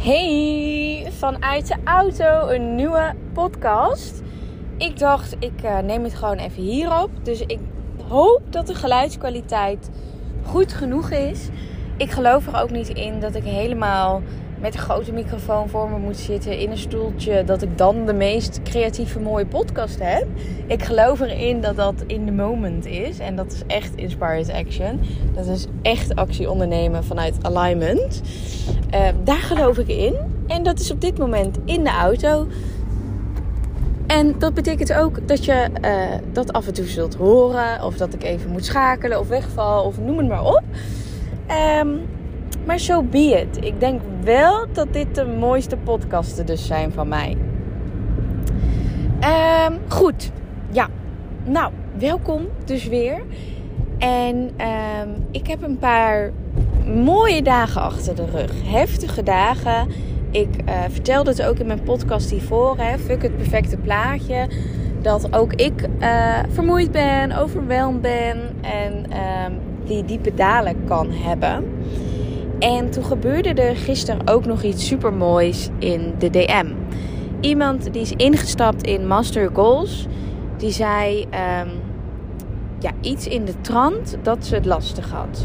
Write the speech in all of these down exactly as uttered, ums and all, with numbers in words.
Hey, vanuit de auto een nieuwe podcast. Ik dacht, ik uh, neem het gewoon even hierop. Dus ik hoop dat de geluidskwaliteit goed genoeg is. Ik geloof er ook niet in dat ik helemaal met een grote microfoon voor me moet zitten in een stoeltje, dat ik dan de meest creatieve mooie podcast heb. Ik geloof erin dat dat in the moment is. En dat is echt inspired action. Dat is echt actie ondernemen vanuit alignment. Uh, daar geloof ik in. En dat is op dit moment in de auto. En dat betekent ook dat je uh, dat af en toe zult horen. Of dat ik even moet schakelen of wegval. Of noem het maar op. Um, maar so be it. Ik denk wel dat dit de mooiste podcasten dus zijn van mij. Um, goed. Ja. Nou, welkom dus weer. En um, ik heb een paar mooie dagen achter de rug. Heftige dagen. Ik uh, vertelde het ook in mijn podcast hiervoor. Hè, Fuck het perfecte plaatje. Dat ook ik uh, vermoeid ben, overweldigd ben. En um, die diepe dalen kan hebben. En toen gebeurde er gisteren ook nog iets super moois in de D M. Iemand die is ingestapt in Master Goals. Die zei um, ja, iets in de trant dat ze het lastig had.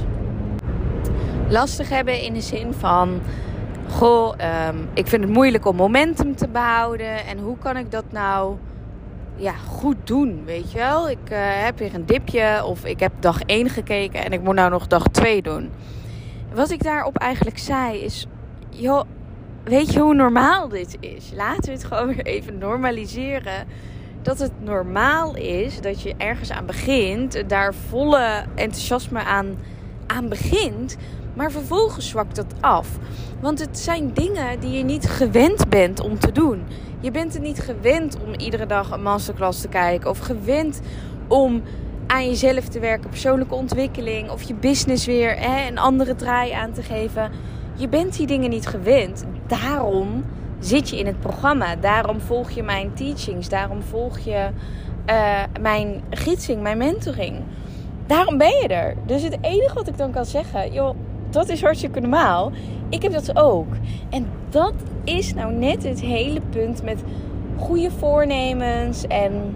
Lastig hebben in de zin van, goh, um, ik vind het moeilijk om momentum te behouden. En hoe kan ik dat nou ja, goed doen, weet je wel? Ik uh, heb weer een dipje of ik heb dag één gekeken en ik moet nou nog dag twee doen. Wat ik daarop eigenlijk zei is, joh, weet je hoe normaal dit is? Laten we het gewoon weer even normaliseren. Dat het normaal is dat je ergens aan begint, daar volle enthousiasme aan, aan begint, maar vervolgens zwakt dat af. Want het zijn dingen die je niet gewend bent om te doen. Je bent er niet gewend om iedere dag een masterclass te kijken. Of gewend om aan jezelf te werken, persoonlijke ontwikkeling. Of je business weer hè, een andere draai aan te geven. Je bent die dingen niet gewend. Daarom zit je in het programma. Daarom volg je mijn teachings. Daarom volg je uh, mijn gidsing, mijn mentoring. Daarom ben je er. Dus het enige wat ik dan kan zeggen, joh, dat is hartstikke normaal. Ik heb dat ook. En dat is nou net het hele punt met goede voornemens en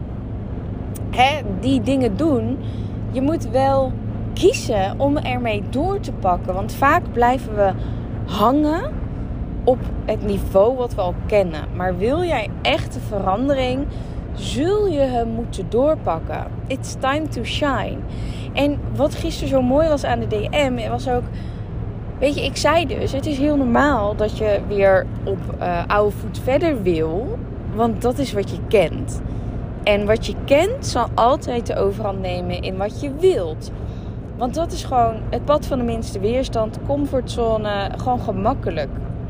hè, die dingen doen. Je moet wel kiezen om ermee door te pakken. Want vaak blijven we hangen op het niveau wat we al kennen. Maar wil jij echte verandering, zul je hem moeten doorpakken. It's time to shine. En wat gisteren zo mooi was aan de D M, was ook, weet je, ik zei dus, het is heel normaal dat je weer op uh, oude voet verder wil. Want dat is wat je kent. En wat je kent zal altijd de overhand nemen in wat je wilt. Want dat is gewoon het pad van de minste weerstand, comfortzone, gewoon gemakkelijk.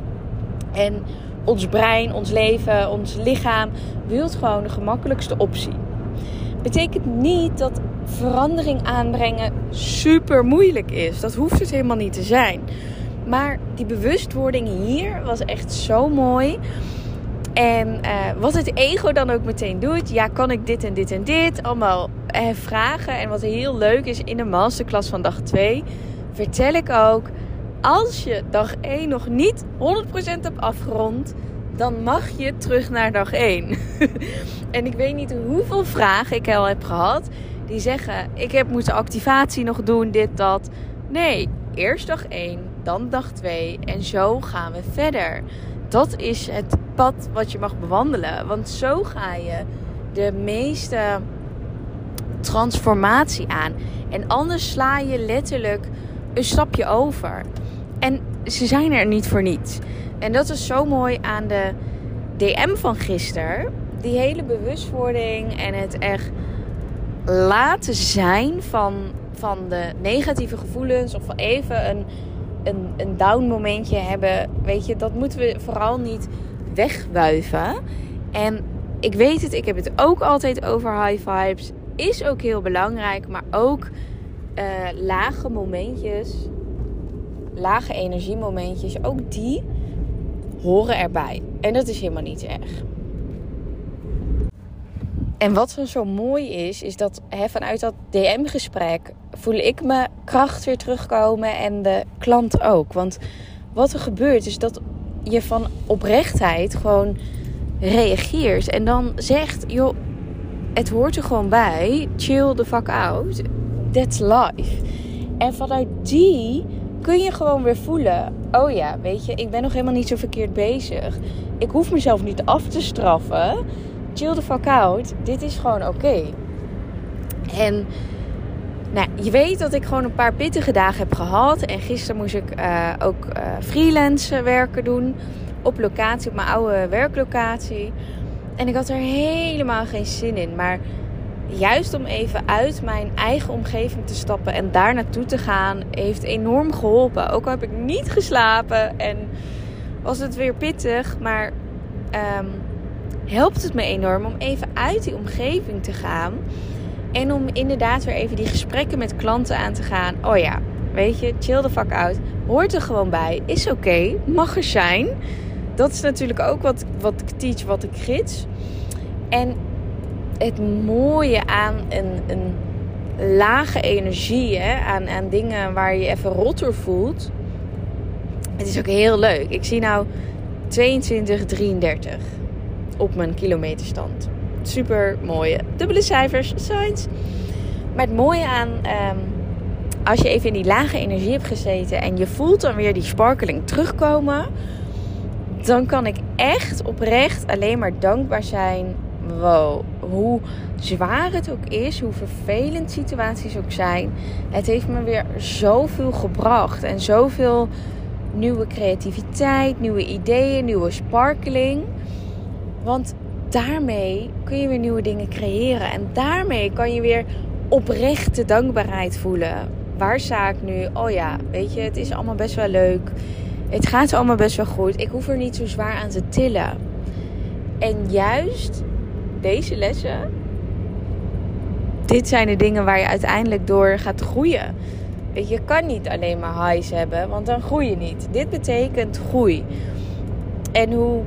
En ons brein, ons leven, ons lichaam wil gewoon de gemakkelijkste optie. Betekent niet dat verandering aanbrengen super moeilijk is. Dat hoeft het helemaal niet te zijn. Maar die bewustwording hier was echt zo mooi. En uh, wat het ego dan ook meteen doet. Ja, kan ik dit en dit en dit? Allemaal eh, vragen. En wat heel leuk is, in de masterclass van dag twee vertel ik ook, als je dag één nog niet honderd procent hebt afgerond, dan mag je terug naar dag één. En ik weet niet hoeveel vragen ik al heb gehad die zeggen, ik heb moeten activatie nog doen, dit, dat. Nee, eerst dag één, dan dag twee en zo gaan we verder. Dat is het pad wat je mag bewandelen. Want zo ga je de meeste transformatie aan. En anders sla je letterlijk een stapje over. En ze zijn er niet voor niets. En dat is zo mooi aan de D M van gisteren. Die hele bewustwording en het echt laten zijn van, van de negatieve gevoelens. Of even een, een, een down momentje hebben. Weet je, dat moeten we vooral niet wegwuiven. En ik weet het, ik heb het ook altijd over high vibes. Is ook heel belangrijk. Maar ook uh, lage momentjes, lage energiemomentjes, ook die horen erbij. En dat is helemaal niet erg. En wat zo mooi is, is dat hè, vanuit dat D M-gesprek voel ik mijn kracht weer terugkomen en de klant ook. Want wat er gebeurt is dat je van oprechtheid gewoon reageert. En dan zegt, joh, het hoort er gewoon bij. Chill the fuck out. That's life. En vanuit die kun je gewoon weer voelen, oh ja, weet je, ik ben nog helemaal niet zo verkeerd bezig. Ik hoef mezelf niet af te straffen. Chill the fuck out. Dit is gewoon oké. Okay. En nou, je weet dat ik gewoon een paar pittige dagen heb gehad. En gisteren moest ik uh, ook uh, freelance werken doen. Op locatie, op mijn oude werklocatie. En ik had er helemaal geen zin in. Maar juist om even uit mijn eigen omgeving te stappen en daar naartoe te gaan, heeft enorm geholpen. Ook al heb ik niet geslapen en was het weer pittig. Maar um, helpt het me enorm om even uit die omgeving te gaan. En om inderdaad weer even die gesprekken met klanten aan te gaan. Oh ja, weet je, chill the fuck out. Hoort er gewoon bij. Is oké. Okay, mag er zijn. Dat is natuurlijk ook wat, wat ik teach, wat ik gids. En het mooie aan een, een lage energie, hè, aan, aan dingen waar je even rotter voelt. Het is ook heel leuk. Ik zie nou tweeëntwintig drieëndertig op mijn kilometerstand. Super mooie dubbele cijfers, signs. Maar het mooie aan, um, als je even in die lage energie hebt gezeten en je voelt dan weer die sparkling terugkomen, dan kan ik echt oprecht alleen maar dankbaar zijn. Wow, hoe zwaar het ook is, hoe vervelend situaties ook zijn. Het heeft me weer zoveel gebracht en zoveel nieuwe creativiteit, nieuwe ideeën, nieuwe sparkling. Want daarmee kun je weer nieuwe dingen creëren. En daarmee kan je weer oprechte dankbaarheid voelen. Waar sta ik nu? Oh ja, weet je, het is allemaal best wel leuk. Het gaat allemaal best wel goed. Ik hoef er niet zo zwaar aan te tillen. En juist deze lessen, dit zijn de dingen waar je uiteindelijk door gaat groeien. Weet je, je kan niet alleen maar highs hebben, want dan groei je niet. Dit betekent groei. En hoe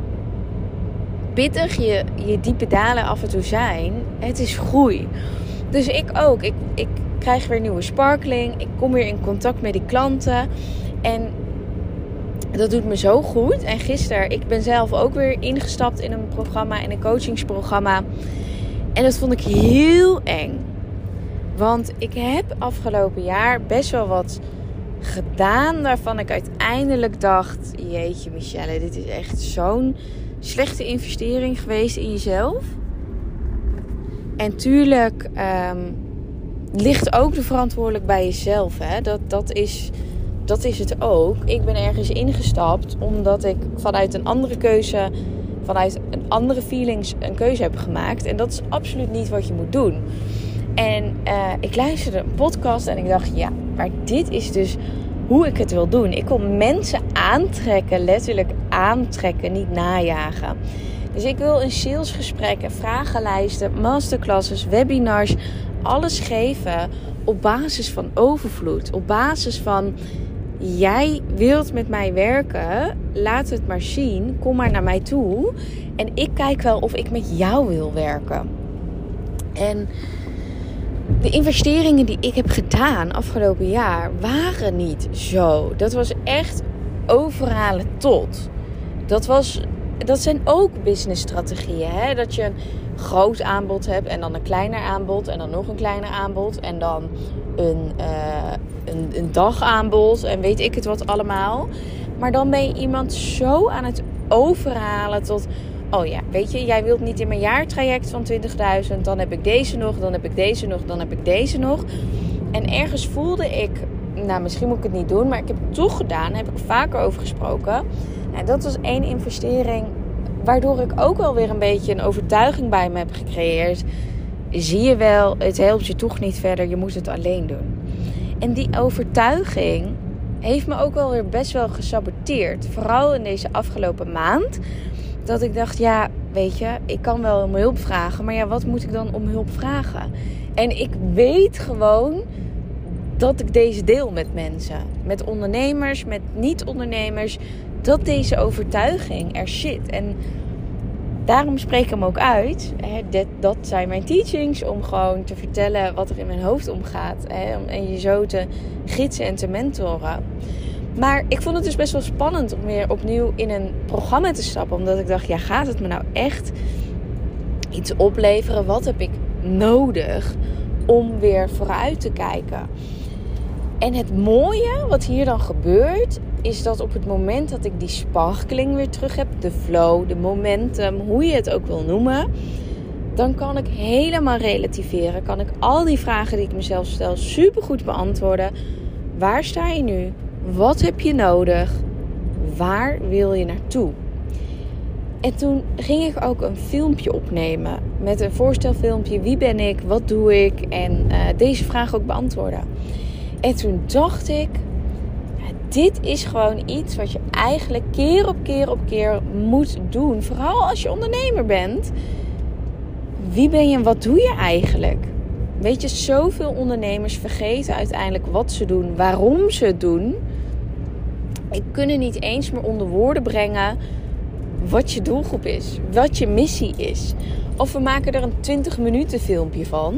pittig je, je diepe dalen af en toe zijn, het is groei. Dus ik ook. Ik, ik krijg weer nieuwe sparkling. Ik kom weer in contact met die klanten. En dat doet me zo goed. En gisteren, ik ben zelf ook weer ingestapt in een programma, in een coachingsprogramma. En dat vond ik heel eng. Want ik heb afgelopen jaar best wel wat gedaan waarvan ik uiteindelijk dacht, jeetje Michelle, dit is echt zo'n slechte investering geweest in jezelf. En tuurlijk um, ligt ook de verantwoordelijk bij jezelf. Hè? Dat, dat, is, dat is het ook. Ik ben ergens ingestapt omdat ik vanuit een andere keuze, vanuit een andere feelings een keuze heb gemaakt. En dat is absoluut niet wat je moet doen. En uh, ik luisterde een podcast en ik dacht, ja, maar dit is dus hoe ik het wil doen. Ik wil mensen aantrekken, letterlijk aantrekken, niet najagen. Dus ik wil een salesgesprekken, vragenlijsten, masterclasses, webinars, alles geven op basis van overvloed. Op basis van, jij wilt met mij werken, laat het maar zien, kom maar naar mij toe. En ik kijk wel of ik met jou wil werken. En de investeringen die ik heb gedaan afgelopen jaar waren niet zo. Dat was echt overhalen tot. Dat, was, dat zijn ook businessstrategieën. Hè? Dat je een groot aanbod hebt en dan een kleiner aanbod en dan nog een kleiner aanbod. En dan een, uh, een, een dagaanbod en weet ik het wat allemaal. Maar dan ben je iemand zo aan het overhalen tot, oh ja, weet je, jij wilt niet in mijn jaartraject van twintigduizend. Dan heb ik deze nog, dan heb ik deze nog, dan heb ik deze nog. En ergens voelde ik, nou misschien moet ik het niet doen, maar ik heb het toch gedaan. Daar heb ik vaker over gesproken. En dat was één investering waardoor ik ook wel weer een beetje een overtuiging bij me heb gecreëerd. Zie je wel, het helpt je toch niet verder, je moet het alleen doen. En die overtuiging heeft me ook wel weer best wel gesaboteerd. Vooral in deze afgelopen maand. Dat ik dacht, ja, weet je, ik kan wel om hulp vragen. Maar ja, wat moet ik dan om hulp vragen? En ik weet gewoon dat ik deze deel met mensen. Met ondernemers, met niet-ondernemers. Dat deze overtuiging er zit. En daarom spreek ik hem ook uit. Hè, dat, dat zijn mijn teachings. Om gewoon te vertellen wat er in mijn hoofd omgaat. Hè, en je zo te gidsen en te mentoren. Maar ik vond het dus best wel spannend om weer opnieuw in een programma te stappen. Omdat ik dacht, ja, gaat het me nou echt iets opleveren? Wat heb ik nodig om weer vooruit te kijken? En het mooie wat hier dan gebeurt, is dat op het moment dat ik die sparkling weer terug heb, de flow, de momentum, hoe je het ook wil noemen, dan kan ik helemaal relativeren. Kan ik al die vragen die ik mezelf stel supergoed beantwoorden. Waar sta je nu? Wat heb je nodig? Waar wil je naartoe? En toen ging ik ook een filmpje opnemen met een voorstelfilmpje. Wie ben ik? Wat doe ik? En uh, deze vraag ook beantwoorden. En toen dacht ik, ja, dit is gewoon iets wat je eigenlijk keer op keer op keer moet doen. Vooral als je ondernemer bent. Wie ben je en wat doe je eigenlijk? Weet je, zoveel ondernemers vergeten uiteindelijk wat ze doen, waarom ze het doen. En kunnen niet eens meer onder woorden brengen wat je doelgroep is, wat je missie is. Of we maken er een twintig minuten filmpje van.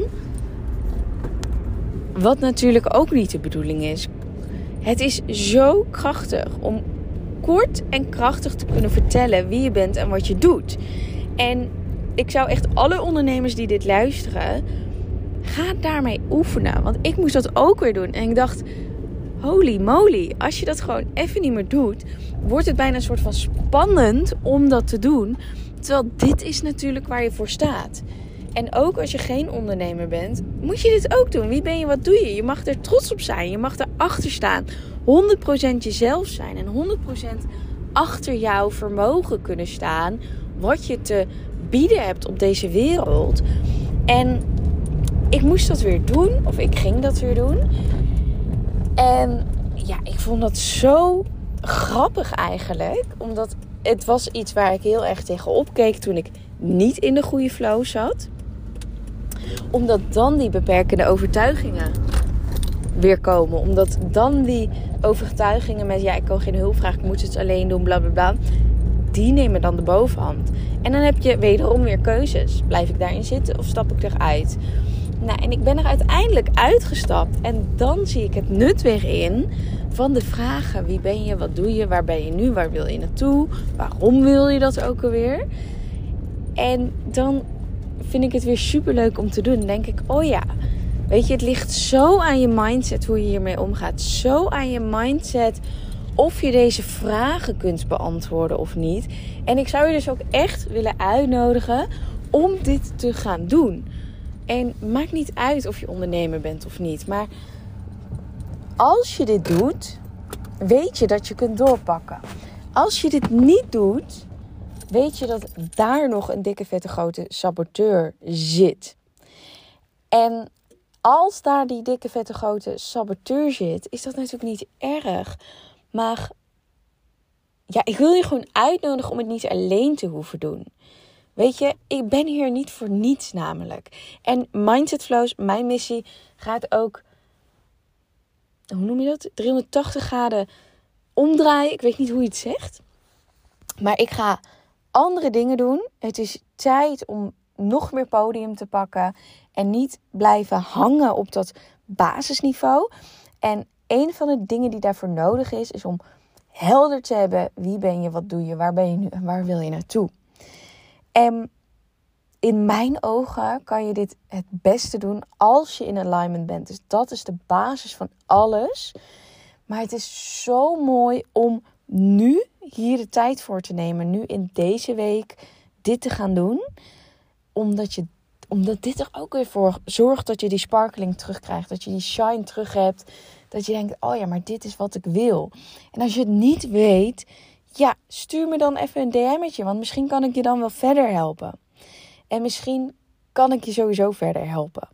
Wat natuurlijk ook niet de bedoeling is. Het is zo krachtig om kort en krachtig te kunnen vertellen wie je bent en wat je doet. En ik zou echt alle ondernemers die dit luisteren, ga daarmee oefenen. Want ik moest dat ook weer doen. En ik dacht, holy moly, als je dat gewoon even niet meer doet, wordt het bijna een soort van spannend om dat te doen. Terwijl dit is natuurlijk waar je voor staat. En ook als je geen ondernemer bent, moet je dit ook doen. Wie ben je, wat doe je? Je mag er trots op zijn. Je mag erachter staan. honderd procent jezelf zijn. En honderd procent achter jouw vermogen kunnen staan. Wat je te bieden hebt op deze wereld. En ik moest dat weer doen. Of ik ging dat weer doen. En ja, ik vond dat zo grappig eigenlijk. Omdat het was iets waar ik heel erg tegenop keek toen ik niet in de goede flow zat. Omdat dan die beperkende overtuigingen weer komen. Omdat dan die overtuigingen met, ja, ik kan geen hulp vragen, ik moet het alleen doen, bla bla bla. Die nemen dan de bovenhand. En dan heb je wederom weer keuzes. Blijf ik daarin zitten of stap ik eruit? Nou, en ik ben er uiteindelijk uitgestapt. En dan zie ik het nut weer in van de vragen. Wie ben je? Wat doe je? Waar ben je nu? Waar wil je naartoe? Waarom wil je dat ook alweer? En dan vind ik het weer superleuk om te doen. Dan denk ik, oh ja, weet je, het ligt zo aan je mindset hoe je hiermee omgaat. Zo aan je mindset of je deze vragen kunt beantwoorden of niet. En ik zou je dus ook echt willen uitnodigen om dit te gaan doen. En maakt niet uit of je ondernemer bent of niet. Maar als je dit doet, weet je dat je kunt doorpakken. Als je dit niet doet, weet je dat daar nog een dikke vette grote saboteur zit. En als daar die dikke vette grote saboteur zit, is dat natuurlijk niet erg. Maar ja, ik wil je gewoon uitnodigen om het niet alleen te hoeven doen. Weet je, ik ben hier niet voor niets namelijk. En Mindset Flows, mijn missie, gaat ook, hoe noem je dat? driehonderdtachtig graden omdraaien. Ik weet niet hoe je het zegt. Maar ik ga andere dingen doen. Het is tijd om nog meer podium te pakken. En niet blijven hangen op dat basisniveau. En een van de dingen die daarvoor nodig is, is om helder te hebben. Wie ben je, wat doe je, waar ben je nu en waar wil je naartoe? En in mijn ogen kan je dit het beste doen als je in alignment bent. Dus dat is de basis van alles. Maar het is zo mooi om nu hier de tijd voor te nemen. Nu in deze week dit te gaan doen. Omdat, je, omdat dit er ook weer voor zorgt dat je die sparkling terugkrijgt. Dat je die shine terug hebt. Dat je denkt, oh ja, maar dit is wat ik wil. En als je het niet weet, ja, stuur me dan even een D M'tje. Want misschien kan ik je dan wel verder helpen. En misschien kan ik je sowieso verder helpen.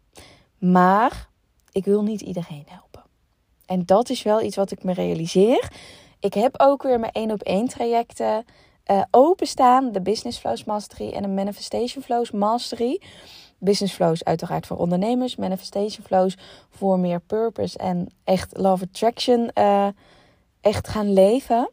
Maar ik wil niet iedereen helpen. En dat is wel iets wat ik me realiseer. Ik heb ook weer mijn één op één trajecten uh, openstaan. De Business Flows Mastery en de Manifestation Flows Mastery. Business Flows uiteraard voor ondernemers. Manifestation Flows voor meer purpose en echt love attraction uh, echt gaan leven.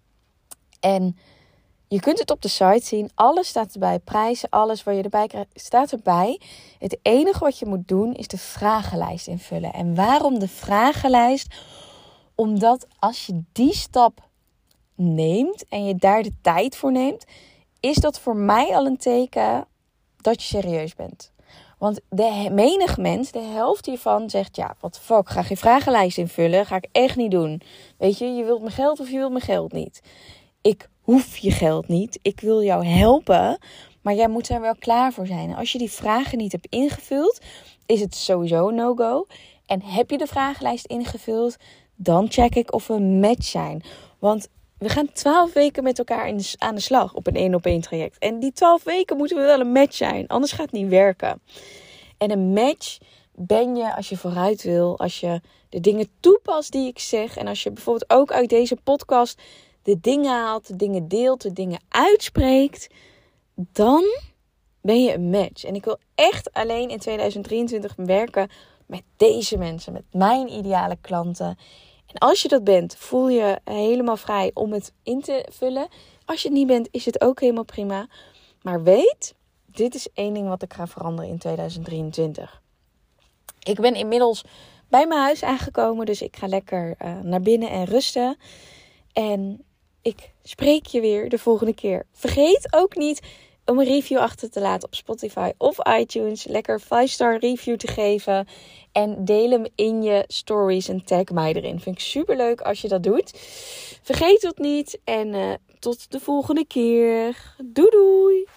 En je kunt het op de site zien. Alles staat erbij. Prijzen, alles waar je erbij krijgt, staat erbij. Het enige wat je moet doen is de vragenlijst invullen. En waarom de vragenlijst? Omdat als je die stap neemt en je daar de tijd voor neemt, is dat voor mij al een teken dat je serieus bent. Want de menige mens, de helft hiervan, zegt ja, wat fuck, ga geen vragenlijst invullen, ga ik echt niet doen. Weet je, je wilt mijn geld of je wilt mijn geld niet. Ik hoef je geld niet, ik wil jou helpen, maar jij moet er wel klaar voor zijn. En als je die vragen niet hebt ingevuld, is het sowieso een no-go. En heb je de vragenlijst ingevuld, dan check ik of we een match zijn. Want we gaan twaalf weken met elkaar in de, aan de slag op een één op één traject. En die twaalf weken moeten we wel een match zijn. Anders gaat het niet werken. En een match ben je als je vooruit wil. Als je de dingen toepast die ik zeg. En als je bijvoorbeeld ook uit deze podcast de dingen haalt. De dingen deelt. De dingen uitspreekt. Dan ben je een match. En ik wil echt alleen in tweeduizend drieëntwintig werken met deze mensen. Met mijn ideale klanten. En als je dat bent, voel je helemaal vrij om het in te vullen. Als je het niet bent, is het ook helemaal prima. Maar weet, dit is één ding wat ik ga veranderen in tweeduizend drieëntwintig. Ik ben inmiddels bij mijn huis aangekomen, dus ik ga lekker uh, naar binnen en rusten. En ik spreek je weer de volgende keer. Vergeet ook niet om een review achter te laten op Spotify of iTunes. Lekker vijf star review te geven. En deel hem in je stories en tag mij erin. Vind ik super leuk als je dat doet. Vergeet het niet. En uh, tot de volgende keer. Doei doei.